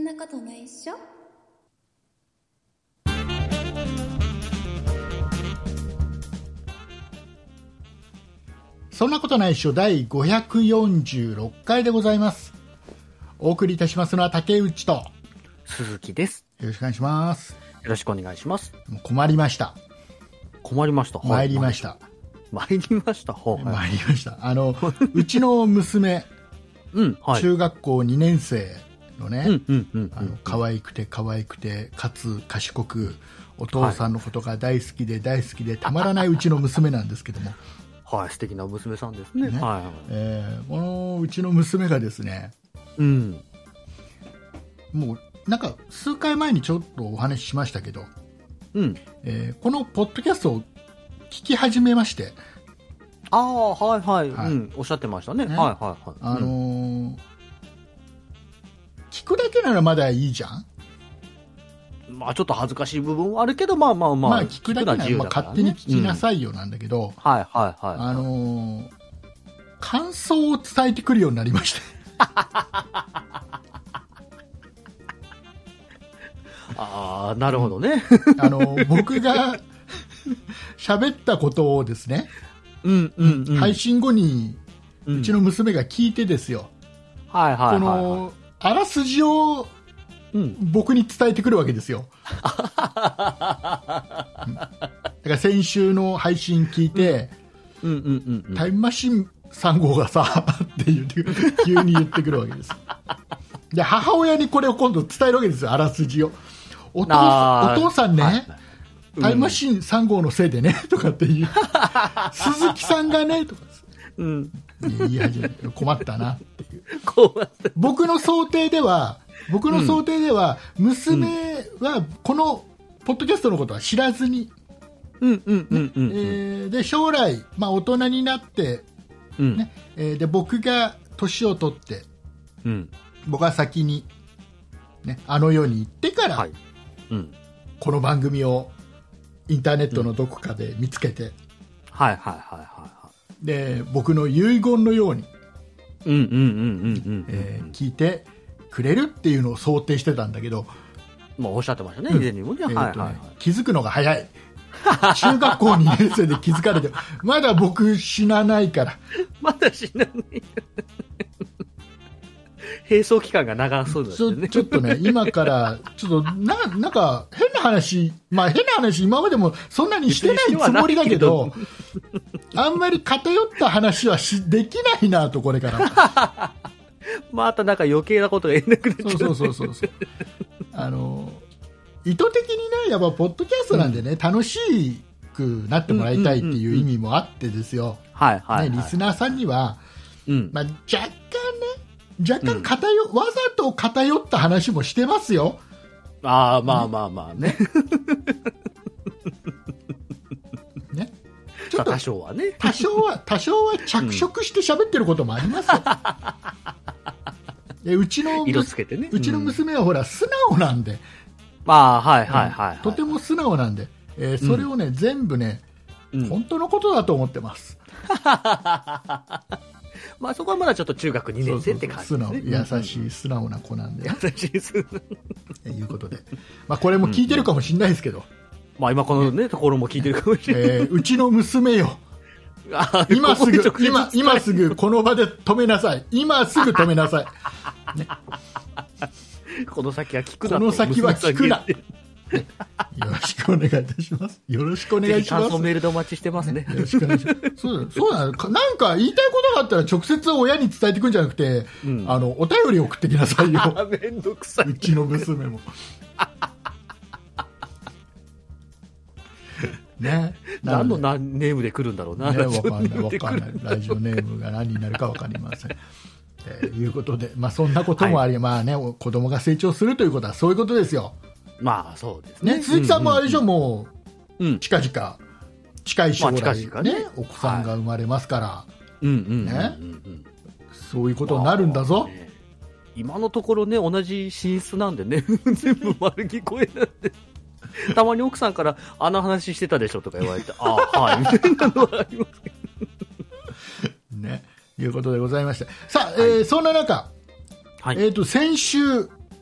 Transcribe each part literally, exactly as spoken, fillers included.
なことないっしょ。 そんなことないっしょだいごひゃくよんじゅうろっかいでございます。お送りいたしますのは竹内と鈴木です。 よろしくお願いします。 よろしくお願いします。 もう困りました。 困りました。 参りました。 参りました。はい、 参りました。あのうちの娘、 うんはい、 中学校にねん生のね、 うんうんうんうん、 あの可愛くて可愛くてかつ賢くお父さんのことが大好きで大好きでたまらないうちの娘なんですけども。 はい、素敵な娘さんですね。ね、はい、 えー、このうちの娘がですね、 うん、 もうなんか数回前にちょっとお話ししましたけど、 うんえー、このポッドキャストを聞き始めまして、 ああはいはい、 はい、 うん、おっしゃってましたね。 ね、 はいはいはい、 あのーうん、聞くだけならまだいいじゃん。 まあちょっと恥ずかしい部分はあるけど、まあまあまあ、 まあ聞くだけなら、まあ、勝手に聞きなさいよなんだけど、 うん、はいはいはい、 あのー、感想を伝えてくるようになりましてああなるほどね。 あの僕が喋ったことをですね、 うんうんうん、 配信後にうちの娘が聞いてですよ、 うん、はいはいはい、はい、 このあらすじを僕に伝えてくるわけですよ。だから先週の配信聞いて、 うんうんうんうん、 タイムマシンさん号がさって言って急に言ってくるわけです。で母親にこれを今度伝えるわけですよ、あらすじを。お父さん、お父さんね、はい、タイムマシンさん号のせいでねとかって言う鈴木さんがねとか、うん、言い始めて困ったなっていう。僕の想定では僕の想定では、うん、娘はこのポッドキャストのことは知らずに、で将来、まあ、大人になって、うんねえー、で僕が年を取って、うん、僕は先に、ね、あの世に行ってから、はいうん、この番組をインターネットのどこかで見つけて、 はいはいはいはい、 で僕の遺言のように聞いてくれるっていうのを想定してたんだけど、 まあ、おっしゃってましたね、以前にもね、はいはいはい、 気づくのが早い。中学校にねん生で気づかれてまだ僕死なないからまだ死なない並走期間が長そうですね。 ちょっとね今からちょっと な, なんか変な話、まあ変な話今までもそんなにしてないつもりだけどあんまり偏った話はしできないなとこれからまたなんか余計なことが言えなくなっちゃう、ね、 そうそうそうそうあの意図的にねやっぱポッドキャストなんでね、うん、楽しくなってもらいたいっていう意味もあってですよ、 はいはい、 ね、リスナーさんには、うんまあ、若干ね若干偏、うん、わざと偏った話もしてますよ。 ああまあまあまあねねちょっと多少はね多少は多少は着色して喋ってることもありますよ、うん、うちの色つけてね、 うちの娘はほら素直なんで、 まあはいはいはい、はい、 とても素直なんで、えー、それをね、うん、全部ね、うん、本当のことだと思ってますまあそこはまだちょっと中学にねん生って感じですね。 素直優しい素直な子なんで優しい素直ということで、まあ、これも聞いてるかもしれないですけど、うんまあ、今この、ね、ところも聞いてるかもしれない、 えー、うちの娘よ今すぐここ今今すぐこの場で止めなさい。今すぐ止めなさい、ね、 この先は聞くな。 この先は聞くな、ね、よろしくお願いいたします。よろしくお願いします。 感想メールでお待ちしてますね。 ねよろしくお願いします。そうだ、そうだ、なんか言いたいことがあったら直接親に伝えてくんじゃなくて、うん、あのお便り送ってきなさいよ。 めんどくさい。 うちの娘も。ね、 何のネームで来るんだろうな。 ね、わかんないわかんない。ラジオネームが何になるかわかりません。ということで、まあそんなこともあり、はい、まあね、子供が成長するということはそういうことですよ。 まあそうですね。 ね、鈴木さんもあれでしょ、うんうん、もう、うん、近々近い将来、ねまあ、近々ね、お子さんが生まれますから、はい、ね、そういうことになるんだぞ。まあね、 今のところね同じ寝室なんでね全部丸聞こえなんで。たまに奥さんからあの話してたでしょとか言われてああはいみたいなのはありますけどね、 いうことでございまして、さあ、はい、えー、そんな中、はい、えーと先週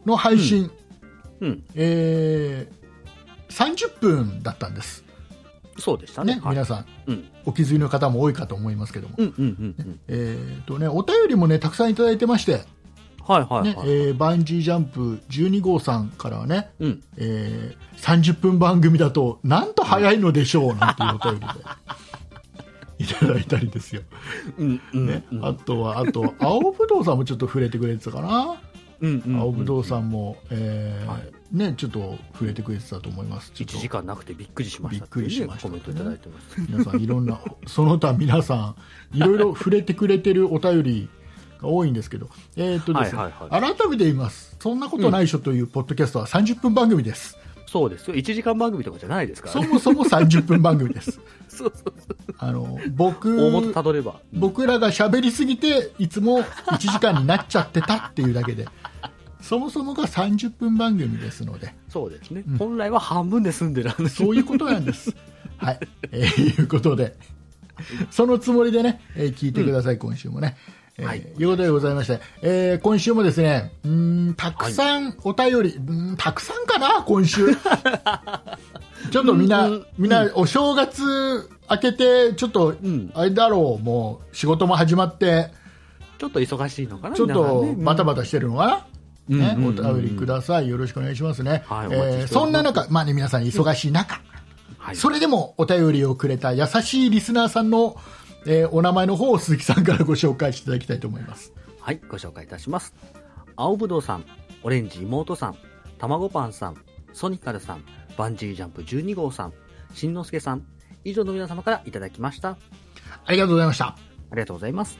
の配信、 うんうんえー、さんじゅっぷんだったんです。 そうでしたね。 ね、 はい、 皆さん、 うん、 お気づきの方も多いかと思いますけども、 うんうんうんうん、 えーとね、お便りもねたくさんいただいてまして、 はいはいはい、 ねえー、バンジージャンプじゅうに号さんからはね、 うんえー、さんじゅっぷん番組だとなんと早いのでしょうなんていうお便りでいただいたりですよ、 うんうんね、 うん、 あとはあと青ぶどうさんもちょっと触れてくれてたかな、 うんうんうん、 青ぶどうさんも、えーはいね、ちょっと触れてくれてたと思います。ちょっといちじかんなくてびっくりしましたっていう、ね、 びっくりしましたね、 コメントいただいてます。 皆さんいろんなその他皆さんいろいろ触れてくれてるお便りが多いんですけど、えーとですね、 はいはいはい、 改めて言います。そんなことないっしょというポッドキャストはさんじゅっぷん番組です。 そうですよ、いちじかん番組とかじゃないですからね。 そもそもさんじゅっぷん番組ですそうそうそう、 あの僕大元たどれば僕らが喋りすぎていつもいちじかんになっちゃってたっていうだけでそもそもがさんじゅっぷん番組ですので、 そうですね、 うん、 本来は半分で済んでる話、 そういうことなんですはい、えー、いうことでそのつもりでね、えー、聞いてください、うん、今週もね、えーはい、いうことでございまして、えー、今週もですね、うーんたくさんお便り、はい、うんたくさんかな今週ちょっとみんな、うん、みんなお正月明けてちょっと、うん、あれだろう、もう仕事も始まってちょっと忙しいのかな、 ちょっとバタバタしてるのかな、うんね、お便りください、よろしくお願いしますね、はい、えー、そんな中、まあね、皆さん忙しい中、うんはい、それでもお便りをくれた優しいリスナーさんの、えー、お名前の方を鈴木さんからご紹介していただきたいと思います。 はい、ご紹介いたします。青ぶどうさん、オレンジ妹さん、たまごパンさん、ソニカルさん、バンジージャンプじゅうに号さん、しんのすけさん、以上の皆様からいただきました。 ありがとうございました。 ありがとうございます。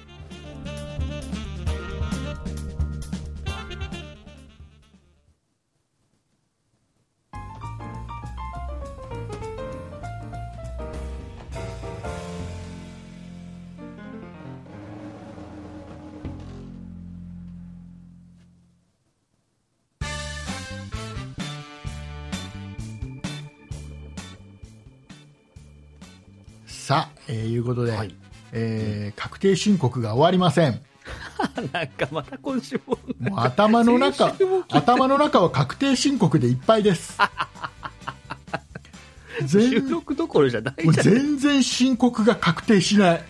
さあ、えー、いうことで、はい、えー、確定申告が終わりませんなんかまた今週ももう頭の中頭の中は確定申告でいっぱいです収録どころじゃないじゃん。 全然申告が確定しない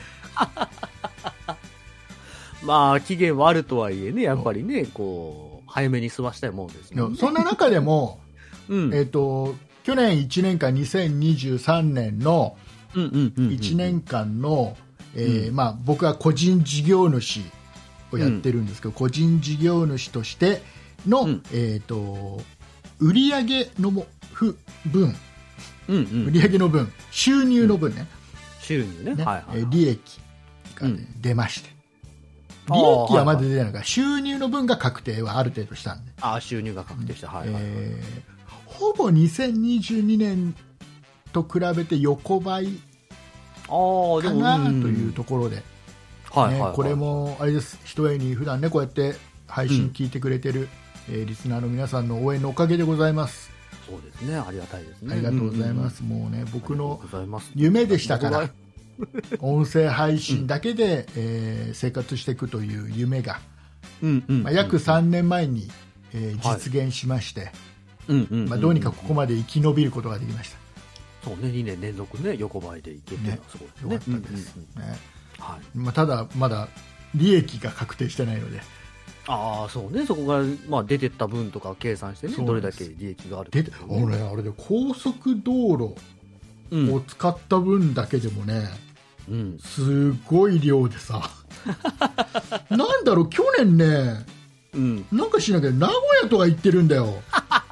まあ期限はあるとはいえね、やっぱりね、こう早めに済ましたいもんですもんね。 そんな中でも、うん、えーと去年いちねんかんにせんにじゅうさんねんのいちねんかんの、えーまあ、僕は個人事業主をやってるんですけど、うん、個人事業主としての、うん、えー、と売上の分、うんうん、売上の分、収入の分ね、 うん、収入ね、 ね、 はいはいはい、 利益が、ね、うん、出まして、利益はまだ出てないから、はいはい、収入の分が確定はある程度したんで、 あ、収入が確定した、うん、はいはいはい、 えー、ほぼにせんにじゅうにねんと比べて横ばいかなというところで、ね、はいはいはい、これもあれです、ひとえに普段ねこうやって配信聞いてくれてる、うん、えー、リスナーの皆さんの応援のおかげでございます。 そうですね、ありがたいですね。 ありがとうございます。うんうん、もうね僕の夢でしたから音声配信だけで、うん、えー、生活していくという夢が、うんうんうん、まあ、約さんねんまえに、えー、実現しまして、まあ、どうにかここまで生き延びることができました。 そうね、にねん連続ね、横ばいでいけて、ね、すごいね。よかったです。うんうんうん、ね、 はい、まあ、ただ、まだ利益が確定してないので。 ああ、そうね、そこが、まあ、出てった分とか計算してね、どれだけ利益があるか、ね。 俺、あれで高速道路を使った分だけでもね、うん、すごい量でさ、なんだろう、去年ね、うん、なんかしなきゃ名古屋とか行ってるんだよ。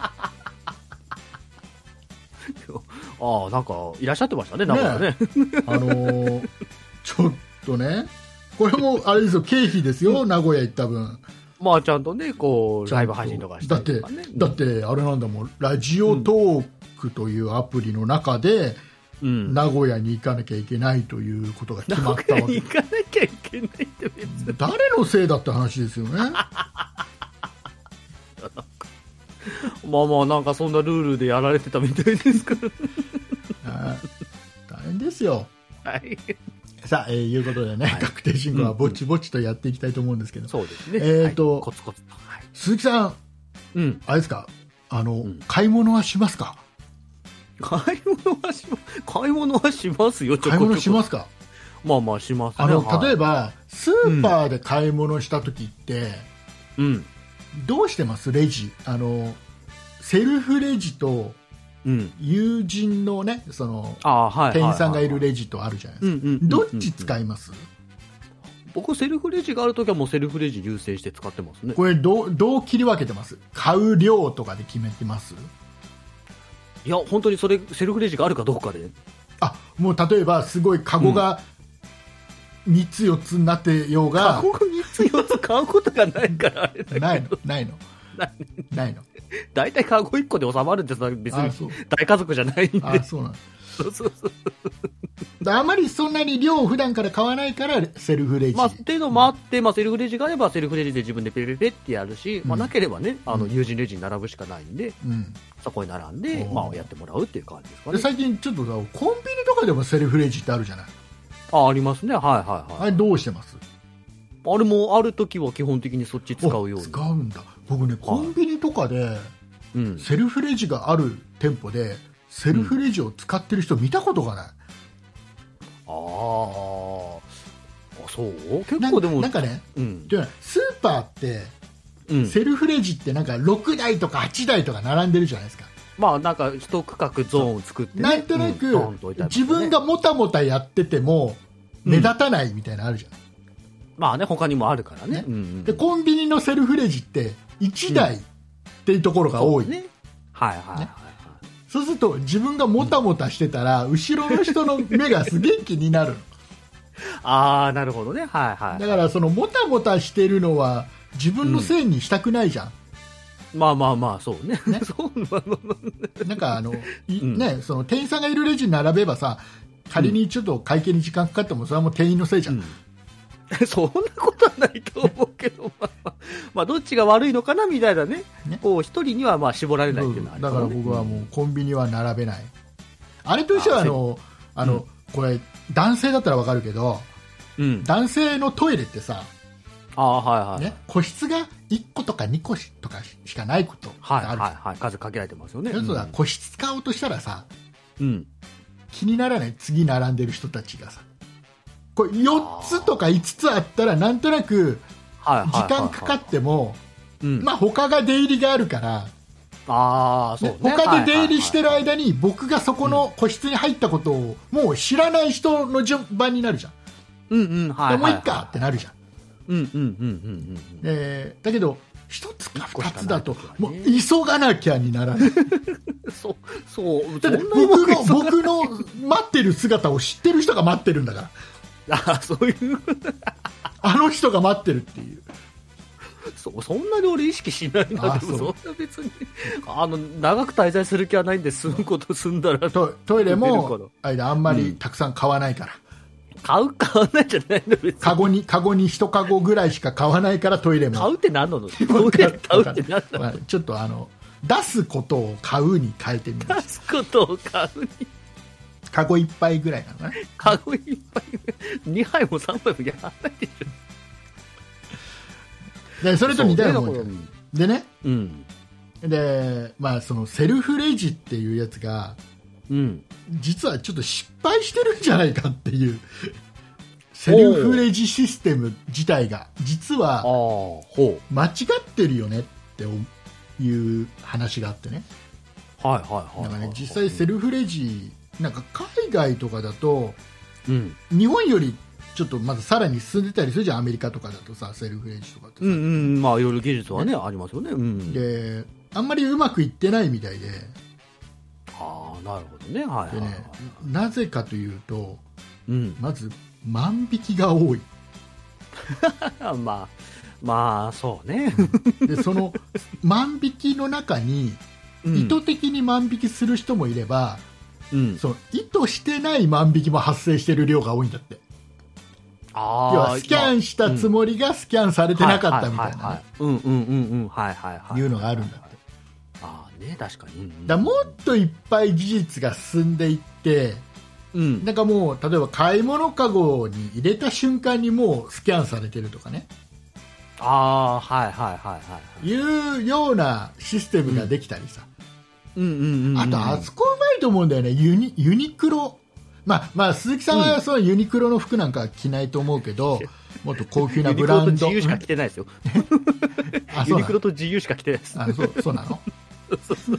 ああ、なんかいらっしゃってましたね、名古屋ね。ねあのー、ちょっとね、これもあれですよ、経費ですよ、名古屋行った分。 まあちゃんとね、こうライブ配信とかしたりとかね。 だって、だってあれなんだもん、ラジオトークというアプリの中で、うん、名古屋に行かなきゃいけないということが決まったわけ。 名古屋に行かなきゃいけないって別に誰のせいだって話ですよね。 まあまあ、なんかそんなルールでやられてたみたいですから。 大変ですよ。 はい。 さあ、えー、いうことでね、はい、確定申告はぼちぼちとやっていきたいと思うんですけど、 そうですね。 えっと、 はい、コツコツと、はい、 鈴木さん、 うん。 あれですか、あの、 うん、 買い物はしますか？ 買い物はします。買い物はしますよ、ちょこちょこ。 買い物しますか？ まあまあしますね。 あの、 はい、 例えば、スーパーで買い物したときって、 うん。 どうしてますレジ？あの、セルフレジと、うん、友人のね、その、あ、はい、店員さんがいるレジとあるじゃないですか。どっち使います？ 僕、セルフレジがあるときはもうセルフレジ優先して使ってますね。 これどう、どう切り分けてます？買う量とかで決めてます？ いや、本当にそれ、セルフレジがあるかどうかで。 あ、もう例えば、すごいカゴがみっつよっつになってようが。 カゴがみっつよっつ買うことがないからあれだけど。 ないのないのないの。 大体カゴいっこで収まるんです。別に大家族じゃないんで。 あ、そうなんです。 そうそうそう。 あまりそんなに量を普段から買わないからセルフレジ、 まあ、っていうのもあって、まあ、セルフレジがあればセルフレジで自分でペペペってやるし、うん、まあ、なければね、あの友人レジに並ぶしかないんで、うん、そこに並んで、まあ、やってもらうっていう感じですかね。 で最近ちょっとさ、コンビニとかでもセルフレジってあるじゃない。 あ、ありますね。はいはいはい。 あれどうしてます？ あれもあるときは基本的にそっち使うように。 使うんだ。僕ね、コンビニとかでセルフレジがある店舗でセルフレジを使ってる人見たことがない。うん、ああ、そう結構でもなんかね、うん、スーパーって、うん、セルフレジってなんかろくだいとかはちだいとか並んでるじゃないですか。 まあなんか一区画ゾーンを作って、ね、 なんとなく、うんね、自分がもたもたやってても目立たないみたいなのあるじゃん、うん、 まあね、他にもあるからね、ね、うんうん、 でコンビニのセルフレジっていちだいっていうところが多い、うん、ね、 はいはいはい、ね、 そうすると自分がもたもたしてたら、うん、後ろの人の目がすげえ気になるのああ、なるほどね、はいはい、 だからそのもたもたしてるのは自分のせいにしたくないじゃん、 うん、まあまあまあそうね、ねそうなんかあの、うんね、その店員さんがいるレジに並べばさ、仮にちょっと会計に時間かかってもそれはもう店員のせいじゃん、 うん、そんなことはないと思うけど、まあ、まあどっちが悪いのかなみたいなね、ね、こう一人にはまあ絞られないっていうのはある、ね、 だから僕はもうコンビニは並べない、あれとしてはあのあの、うん、これ男性だったらわかるけど、うん、男性のトイレってさ、 あ、はいはいね、 個室がいっことかにことかしかないことがある、はいはいはい、 数限られてますよね、 そうだ、うん、個室使おうとしたらさ、 うん、気にならない？次並んでる人たちがさ、これよっつとかいつつあったらなんとなく時間かかっても、まあ他が出入りがあるから、 あ、そうね、 他で出入りしてる間に僕がそこの個室に入ったことをもう知らない人の順番になるじゃん、 うんうん、はいはいはい、 もういっかってなるじゃん、 うんうんうんうんうん、 えー、だけど一つか二つだともう急がなきゃにならないそうそうだって僕の僕の待ってる姿を知ってる人が待ってるんだからあ、そういうあの人が待ってるっていう、 そ, そんなに俺意識しないな。でもそんな別にあの長く滞在する気はないんで、済むこと済んだらト, トイレもあれあんまりたくさん買わないから、 うん、買う買わないじゃないの別に、 カゴにカゴに一カゴぐらいしか買わないからトイレも買うって何なの買うって何なのちょっとあの出すことを買うに変えてみます。出すことを買うにカゴいっぱいぐらいなのね。 カゴいっぱいにはいもさんばいもやらないでしょ。 でそれと似たようなもんじゃん、 ね、 でね、 うん、 でまあそのセルフレジっていうやつが、 うん、 実はちょっと失敗してるんじゃないかっていうセルフレジシステム自体が実は間違ってるよねっていう話があってね。 はいはいはい、 だからね、実際セルフレジなんか海外とかだと、 うん、 日本よりちょっとまずさらに進んでたりするじゃん。アメリカとかだとさ、セルフレジとかってさ、 うんうん、まあいろいろ技術は ね, ねありますよね、うん、 であんまりうまくいってないみたいで、 ああなるほどね、はいはいはい、 でね、なぜかというと、 うん、 まず万引きが多いまあまあそうねでその万引きの中に意図的に万引きする人もいれば、うん、その意図してない万引きも発生している量が多いんだって。 あ要はスキャンしたつもりがスキャンされてなかったみたいないうのがあるんだって。 ああね、確かに、うん、 だもっといっぱい技術が進んでいって、うん、なんかもう例えば買い物かごに入れた瞬間にもうスキャンされてるとかね。 ああ、はいはいはいはい。 いうようなシステムができたりさ、 うんうんうんうん、 あとあそこうまいと思うんだよね、ユニ、ユニクロ、まあまあ、鈴木さんはそのユニクロの服なんか着ないと思うけど、うん、もっと高級なブランド。 ユニクロと ジーユー しか着てないですよ。ユニクロと ジーユー しか着てないです。 あ、そう、そうなのそうそう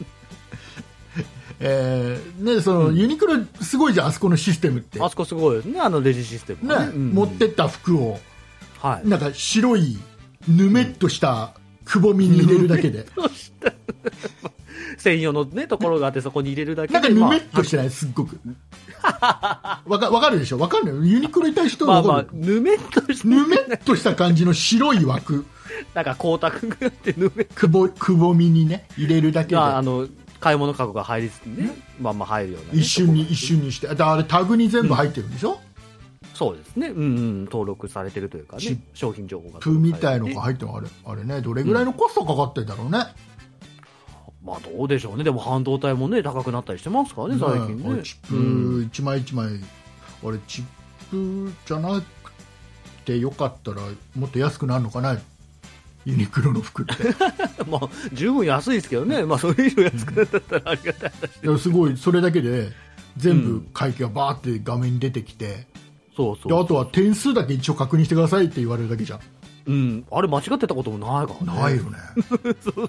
えーね、その、うん、ユニクロすごいじゃん、あそこのシステムって。 あそこすごいですね、あのレジシステム、ねね、うん、持ってった服を、 はい、 なんか白いぬめっとしたくぼみに入れるだけで、 専用の、ね、ところがあってそこに入れるだけで、 なんかぬめっとしてない、すっごくわか, わかるでしょ、わかるのユニクロに対しては、まあまあ、 ぬめっとしたぬめっとした感じの白い枠なんか光沢があってぬめっく ぼ, くぼみにね入れるだけで、 ああの買い物かごが入りつつね、まあまあ入るような、ね、 一瞬に一瞬にして、あれタグに全部入ってるんでしょ、うん、 そうですね、うんうん、登録されてるというかね、商品情報がプみたいのが入ってるの、あれあれね、どれぐらいのコストかかってるんだろうね、 うん、まあどうでしょうね、でも半導体もね高くなったりしてますからね、最近ね、 ね、チップ一枚一枚、うん、あれチップじゃなくてよかったらもっと安くなるのかな、ユニクロの服ってまあ十分安いですけどね、まあ、それ以上安くなったらありがたい話すごい、それだけで全部会計がバーって画面に出てきて、うん、 そうそうそう、 であとは点数だけ一応確認してくださいって言われるだけじゃん、 うん、あれ間違ってたこともないからね、 ないよねそう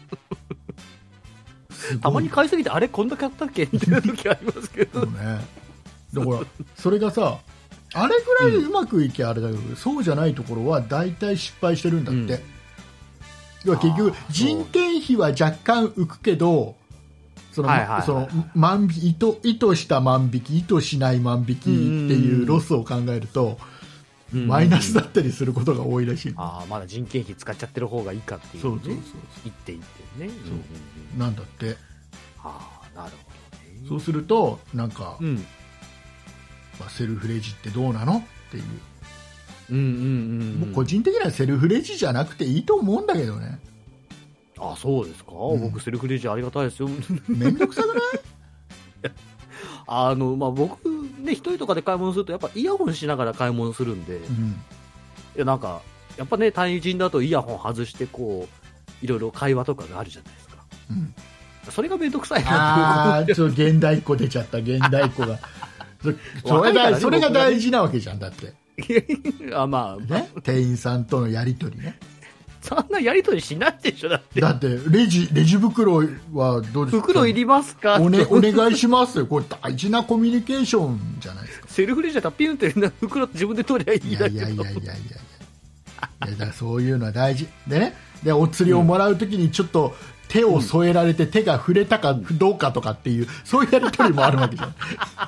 たまに買いすぎてあれこんな買ったっけみたいな時ありますけどそう、ね、だからそれがさあれぐらいでうまくいけあれだけど、うん、そうじゃないところは大体失敗してるんだって、うん、要は結局人件費は若干浮くけど、その、はいはいはい、その万引意図、意図した万引き、意図しない万引きっていうロスを考えると、うん、マイナスだったりすることが多いらしい、ね、 ああまだ人件費使っちゃってる方がいいかっていう、ね、 そうそうそう一点一点ね、 そう、うん、なんだって、 ああなるほどね、 そうするとなんか、 うんまあ、セルフレジってどうなのっていう、 うんうんうんうん、 僕個人的にはセルフレジじゃなくていいと思うんだけどね。 あ、そうですか、うん、僕セルフレジありがたいですよ。 めんどくさくないあの、まあ、僕ね一人とかで買い物するとやっぱイヤホンしながら買い物するんで、 うん、 いやなんかやっぱね対人だとイヤホン外してこういろいろ会話とかがあるじゃないですか、 うん、 それがめんどくさいなってあーちょっと現代っ子出ちゃった現代っ子がそ, れがそれが大事なわけじゃん、だってあ、まあね、店員さんとのやり取りね、 そんなやり取りしないでしょ、だってだってレジレジ袋はどうですか、 袋いりますかお、ね、お願いしますよ、これ大事なコミュニケーションじゃないですか。 セルフレジだったらピュンって袋自分で取りゃいいだけど、 いやいやいやいやいやいやいやだからそういうのは大事でね、でお釣りをもらうときにちょっと手を添えられて手が触れたかどうかとかっていう、そういうやり取りもあるわけじゃん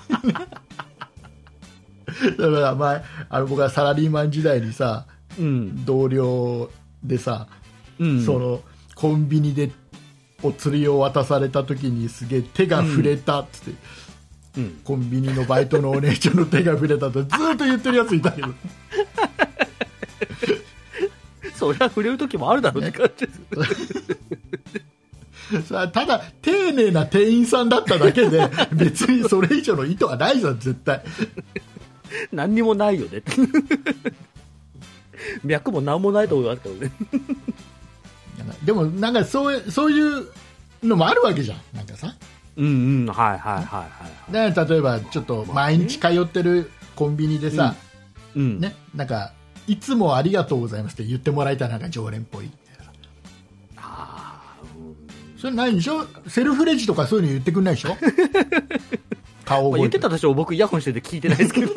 だから前あの僕はサラリーマン時代にさ、 うん、 同僚でさ、 うん、 そのコンビニでお釣りを渡された時にすげえ手が触れたっつって、 うん、 コンビニのバイトのお姉ちゃんの手が触れたとずっと言ってるやついたけどそりゃ触れる時もあるだろうって感じですさあただ丁寧な店員さんだっただけで別にそれ以上の意図はないじゃん絶対何にもないよね脈も何もないと思いますけどねでもなんかそうそういうのもあるわけじゃん、なんかさ、 うんうん、はいはいはいはい、 で例えばちょっと毎日通ってるコンビニでさ、 うんうんね、なんかいつもありがとうございますって言ってもらえたらなんか常連っぽい。 あ、 うん、それないでしょ、セルフレジとかそういうの言ってくんないでしょ顔覚えて、 言ってたでしょ、僕イヤホンしてて聞いてないですけど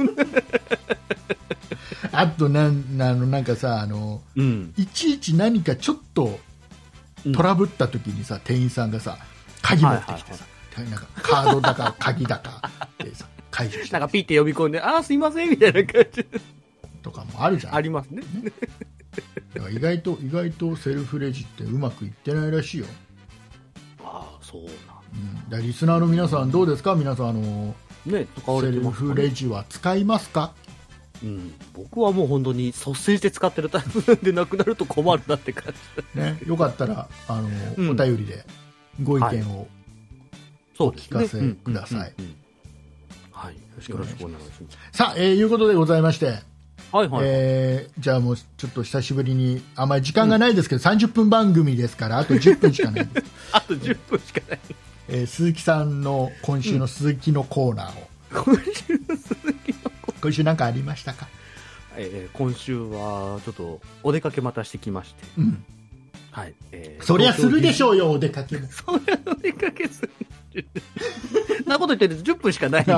あとなんあのなんかさあの、 うん、 いちいち何かちょっとトラブった時にさ、うん、店員さんがさ鍵持ってきてさ、はいはいはい、なんかカードだか鍵だかってさ解除してなんかピッて呼び込んであーすいませんみたいな感じとかもあるじゃん。 ありますね。 ねだから意外と意外とセルフレジってうまくいってないらしいよ。 ああそうなんだ、 うん、だリスナーの皆さんどうですか、皆さんあの、ね、セルフレジは使いますか？ うん、僕はもう本当に率先して使ってるタイプなんでなくなると困るなって感じ、ね、よかったらあの、うん、お便りでご意見をお聞かせください。 はい、よろしくお願いします。 さあ、えー、いうことでございまして、 はいはい、 えー、じゃあもうちょっと久しぶりに、あんまり時間がないですけど、うん、さんじゅっぷん番組ですからあとじゅっぷんしかないですあとじゅっぷんしかない、 えー、鈴木さんの今週の鈴木のコーナーを、 うん、今週の鈴木のコーナー、 今週何かありましたか？ えー、今週はちょっとお出かけまたしてきまして、 うん、 はいえー、 そりゃするでしょうよ、お出かけも。 そりゃお出かけするなこと言ってるとじゅっぷんしかないんで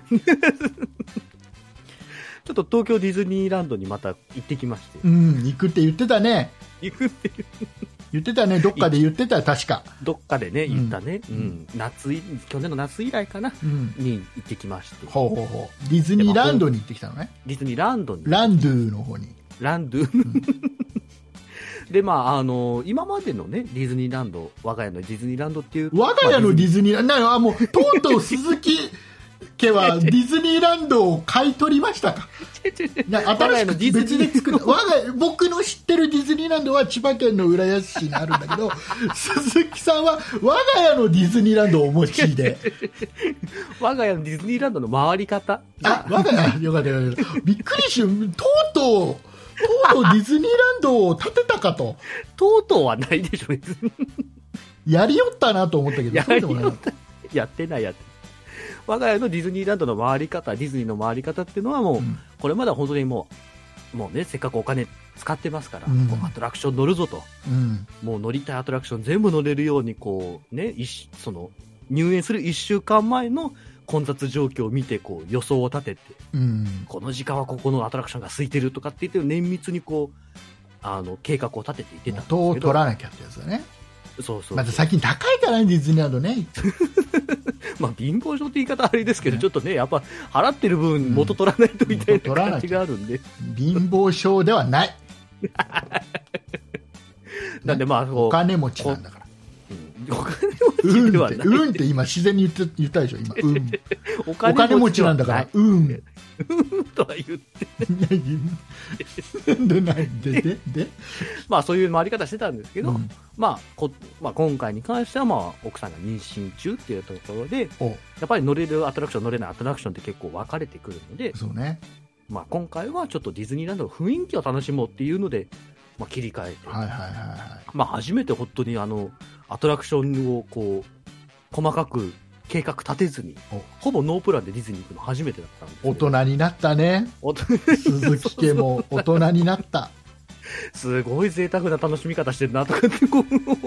ちょっと東京ディズニーランドにまた行ってきまして、 うん、行くって言ってたね。 行くって言ってたね、どっかで言ってた、確か。 どっかでね、言ったね、うんうん、夏い、去年の夏以来かな、うん、に行ってきまして。 ほうほうほう。ディズニーランドに行ってきたのね。 ディズニーランドに。 ランドゥの方に。 ランドゥ、うん、で、まあ、あのー、今までのね、ディズニーランド、我が家のディズニーランドっていう。 我が家のディズニーランド、なあ、もう、とうとう鈴木家はディズニーランドを買い取りましたか？な新しく別で作る我が僕の知ってるディズニーランドは千葉県の浦安市にあるんだけど鈴木さんは我が家のディズニーランドをお持ちで我が家のディズニーランドの回り方、 あ、我が家よかったよかったびっくりしとうとうとうとうディズニーランドを建てたかととうとうはないでしょ別にやりよったなと思ったけどやりよったやってないやって我が家のディズニーランドの回り方、ディズニーの回り方っていうのはもう、うん、これまでは本当にもう、もうね、せっかくお金使ってますから、うん、こうアトラクション乗るぞと、うん、もう乗りたいアトラクション全部乗れるようにこう、ね、その入園するいっしゅうかんまえの混雑状況を見てこう予想を立てて、うん、この時間はここのアトラクションが空いてるとかって言って綿密にこうあの計画を立てていってたんですけど、 元を取らなきゃってやつだね。 そうそうそう、 また最近高いからね、ディズニーランドねまあ貧乏症って言い方あれですけど、ね、ちょっとねやっぱ払ってる分元取らないとみたいな感じがあるんで、 うん、貧乏症ではないなんでまあお金持ちなんだから、 うん、お金持ちではない、 うんって、うんって今自然に言った、言ったでしょ今、うん、お金持ちなんだからうんうんとは言ってでないでででまあそういう回り方してたんですけど、うんまあこまあ、今回に関してはまあ奥さんが妊娠中っていうところでやっぱり乗れるアトラクション乗れないアトラクションって結構分かれてくるので、 そうね、 まあ、今回はちょっとディズニーランドの雰囲気を楽しもうっていうので、まあ、切り替えて、 はいはいはいはい、 まあ、初めて本当にあのアトラクションをこう細かく計画立てずにほぼノープランでディズニー行くの初めてだったんです、ね、 大人になったね鈴木家も大人になったすごい贅沢な楽しみ方してるなとかってこう思いながら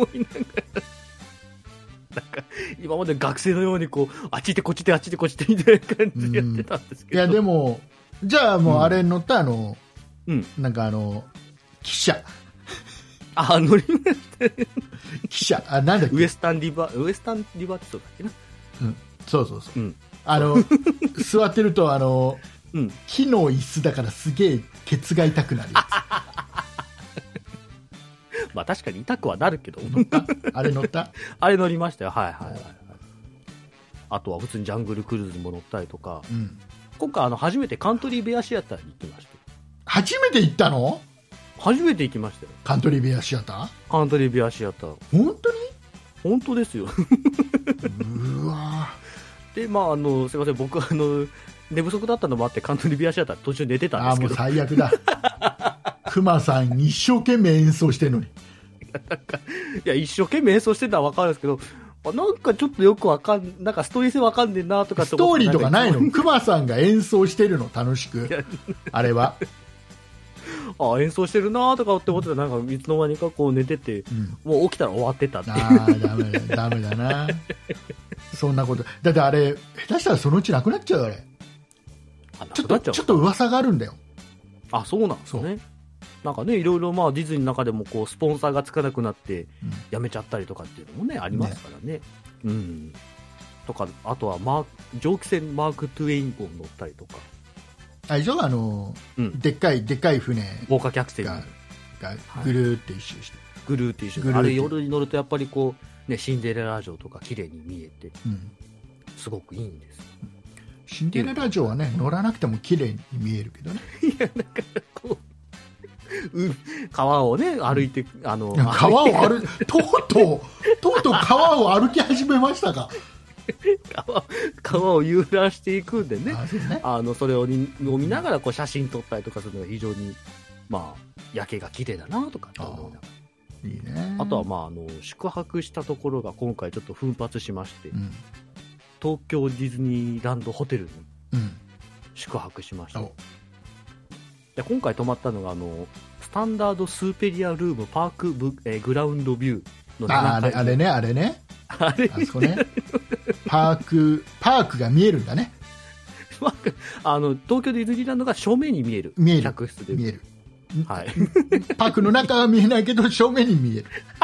なんか今まで学生のようにこうあっち行ってこっち行ってあっち行ってこっち行ってみたいな感じでやってたんですけど、 いやでもじゃあもうあれ乗ったあの、うん、なんかあの汽車あ乗りました汽車あなんだっけウエスタンリバーウエスタンリバーってそうだっけな、 うん、そうそうそう、うん、あの座ってるとあの、うん、木の椅子だからすげえケツが痛くなるやつまあ確かに痛くはなるけど乗ったあれ乗ったあれ乗りましたよ、はいはいはい、はい、あとは普通にジャングルクルーズも乗ったりとか、うん、今回あの初めてカントリーベアシアターに行きました。 初めて行ったの？ 初めて行きましたよ。 カントリーベアシアター？ カントリーベアシアター。 本当に？ 本当ですようわでまああのすいません僕あの寝不足だったのもあってカントリーベアシアター途中寝てたんですけど、 あもう最悪だクマさん一生懸命演奏してるのになんかいや一生懸命演奏してるのは分かるんですけど、なんかちょっとよくわかんなんかストーリー性わかんねえなとかストーリーとかないの？クマさんが演奏してるの楽しくあれはあ演奏してるなとかって思ってたらなんかいつの間にかこう寝てて、うん、もう起きたら終わってたっていう。 あーダメだダメだなそんなことだってあれ下手したらそのうちなくなっちゃうあれあちょっとちょっと噂があるんだよ。 あそうなんですね。なんかねいろいろまあディズニーの中でもこうスポンサーがつかなくなってやめちゃったりとかっていうのもね、うん、ありますからね、うん、とかあとはマー蒸気船マーク・トゥエイン号に乗ったりとかあれでしょあの、うん、でっかいでっかい船豪華客船がぐるーって一周して、 はい、ぐるーって一周してあれ夜に乗るとやっぱりこう、ね、シンデレラ城とか綺麗に見えて、うん、すごくいいんです、うん、 シンデレラ城はね乗らなくても綺麗に見えるけどねいやなんかこううん、川をね歩いてあの川を歩とうとうとうとう川を歩き始めましたか。 川川を遊覧していくんでね、 あそうねあのそれをにを見ながらこう写真撮ったりとかするのが非常に、まあ、夜景が綺麗だなとかって思いながら。 いいね。 あとは、まあ、あの宿泊したところが今回ちょっと奮発しまして、 うん、 東京ディズニーランドホテルにうん宿泊しました。 おで今回泊まったのがあのスタンダードスーペリアルームパークブ、えーグラウンドビューのああれななかいあれねあれねあれあそこねパークパークが見えるんだね。 あの東京ディズニーランドが正面に見える見える客室で見える、 はい、 パークの中は見えないけど正面に見え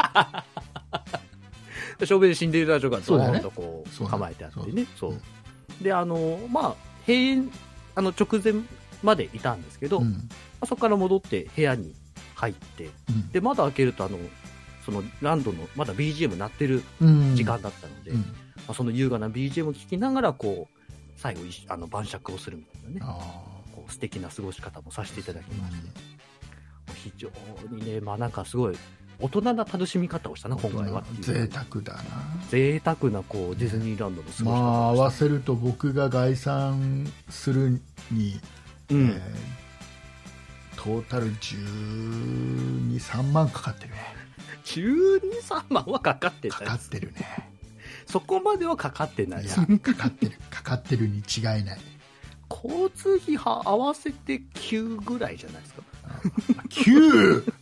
る正面でシンデレラ城がドーンとこう構えてあってね。そうであのまあ閉園あの直前までいたんですけど、 うん、 まあ、そこから戻って部屋に入って、うん、で窓開けるとあのそのランドのまだ ビージーエム 鳴ってる時間だったので、うんうん、まあ、その優雅な ビージーエム を聴きながらこう最後あの晩酌をするみたいなね、こう素敵な過ごし方もさせていただきまして、うん、非常にね、まあ、なんかすごい大人な楽しみ方をしたな今回は。 贅沢だな。 贅沢なこうディズニーランドの過ごし方をした、まあ、合わせると僕が概算するに、うん、えー、トータルじゅうに、さんまんかかってるね。 じゅうに、さんまんはかかってた。 かかってるね。 そこまではかかってない。 いや、かかってるかかってるに違いない。 交通費は合わせてきゅうぐらいじゃないですか。 きゅう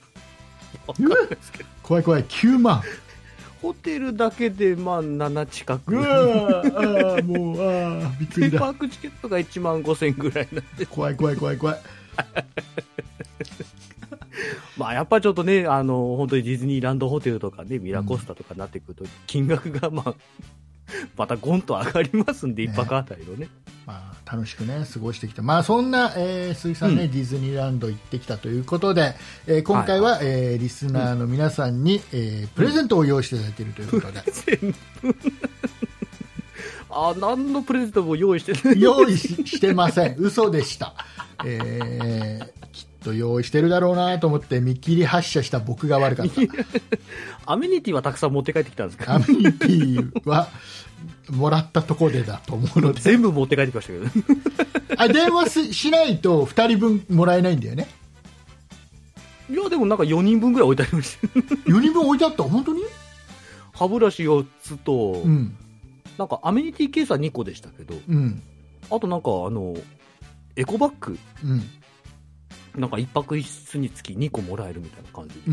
怖い怖い、きゅうまん。 ホテルだけでまあなな近く。 うわあもうあびっくりだ。 パークチケットがいちまんごせんぐらいなんで。 怖い怖い怖い怖い。 まあやっぱりちょっとね、あの本当にディズニーランドホテルとかね、ミラコスタとかになってくると、金額がまあまたゴンと上がりますんで、ね、いっぱくあたりのね。 まあ、楽しくね過ごしてきた、まあ、そんな、えー、鈴木さんね、うん、ディズニーランド行ってきたということで、えー、今回は、はいはい、えー、リスナーの皆さんに、うん、えー、プレゼントを用意していただいているということで、 うん、あ何のプレゼントも用意してない用意 し, してません嘘でした、えー、きっと用意してるだろうなと思って見切り発車した僕が悪かったアメニティはたくさん持って帰ってきたんですか。 アメニティはもらったところでだと思うので全部持って帰ってきましたけどあ電話 しないとふたりぶんもらえないんだよね。 いやでもなんかよにんぶんぐらい置いてありましたよにんぶん置いてあった。本当に歯ブラシよっつと、 うん、 なんかアメニティケースはにこでしたけど、 うん、 あとなんかあのエコバッグ、 うん、 なんか一泊一室につきにこもらえるみたいな感じで、 うん、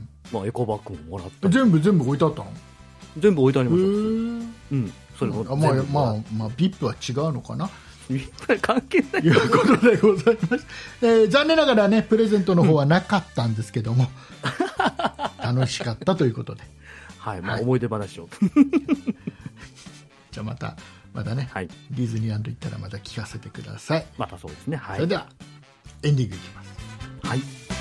まあ、エコバッグももらった。 全部全部置いてあったの。 全部置いてありました。うん、それもあ、まあまあまあ、ビップ は違うのかな。 ビップ は関係ないということでございます、えー、残念ながらねプレゼントの方はなかったんですけども、うん、楽しかったということで、 はい、まあ、思い出話をじゃあまたまたね、 はい、 ディズニーランド行ったらまた聞かせてください。 またそうですね、はい、 それではエンディングいきます。 はい。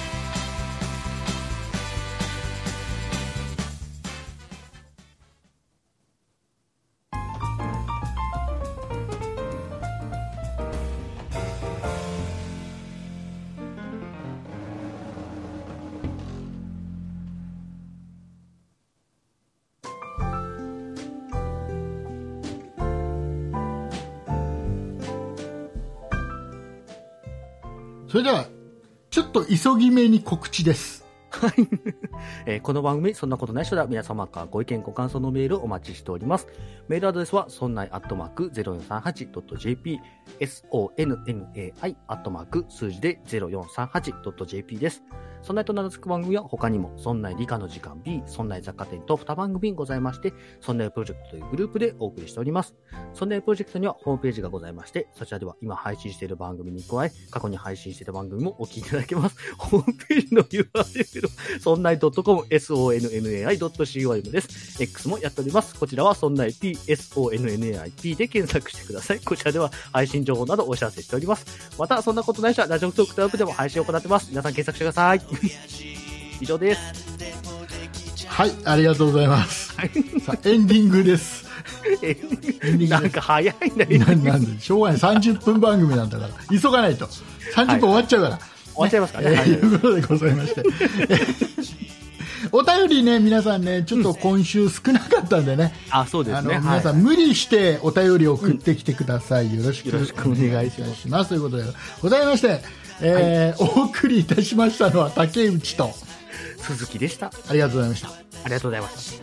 それではちょっと急ぎめに告知です。 はい、えー、この番組そんなことない人では皆様からご意見ご感想のメールをお待ちしております。メールアドレスはそんないアットマーク ゼロよんさんはちドットジェーピー ソンナイ アットマーク数字で ゼロよんさんはちドットジェーピー です。そんないと名の付く番組は他にもそんない理科の時間 B、そんない雑貨店とに番組ございまして、そんないプロジェクトというグループでお送りしております。そんないプロジェクトにはホームページがございまして、そちらでは今配信している番組に加え、過去に配信していた番組もお聞きいただけます。ホームページの ユーアールエル そんない .com、ソンナイ ドットコム です。X もやっております。こちらはそんない P、ソンナイ P で検索してください。こちらでは配信情報などお知らせしております。また、そんなことない人はラジオトークトラップでも配信を行ってます。皆さん検索してください。以上です。 はい、ありがとうございます。さあエンディングです。 エンディングなんか早いんだよ。ななんでしょうがない。さんじゅっぷん番組なんだから急がないとさんじゅっぷん終わっちゃうから、はい、 終わっちゃいますからね。 ということでございましてお便りね、皆さんね、ちょっと今週少なかったんでね、 あ、そうですね。 あの皆さん、 はい、 無理してお便りを送ってきてください。よろしくよろしくお願いします。 しますということでございまして、えーはい、お送りいたしましたのは竹内と鈴木でした。 ありがとうございました。 ありがとうございました。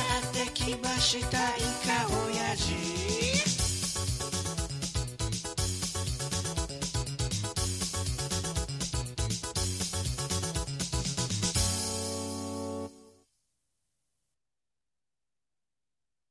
やってきましたイカオヤジ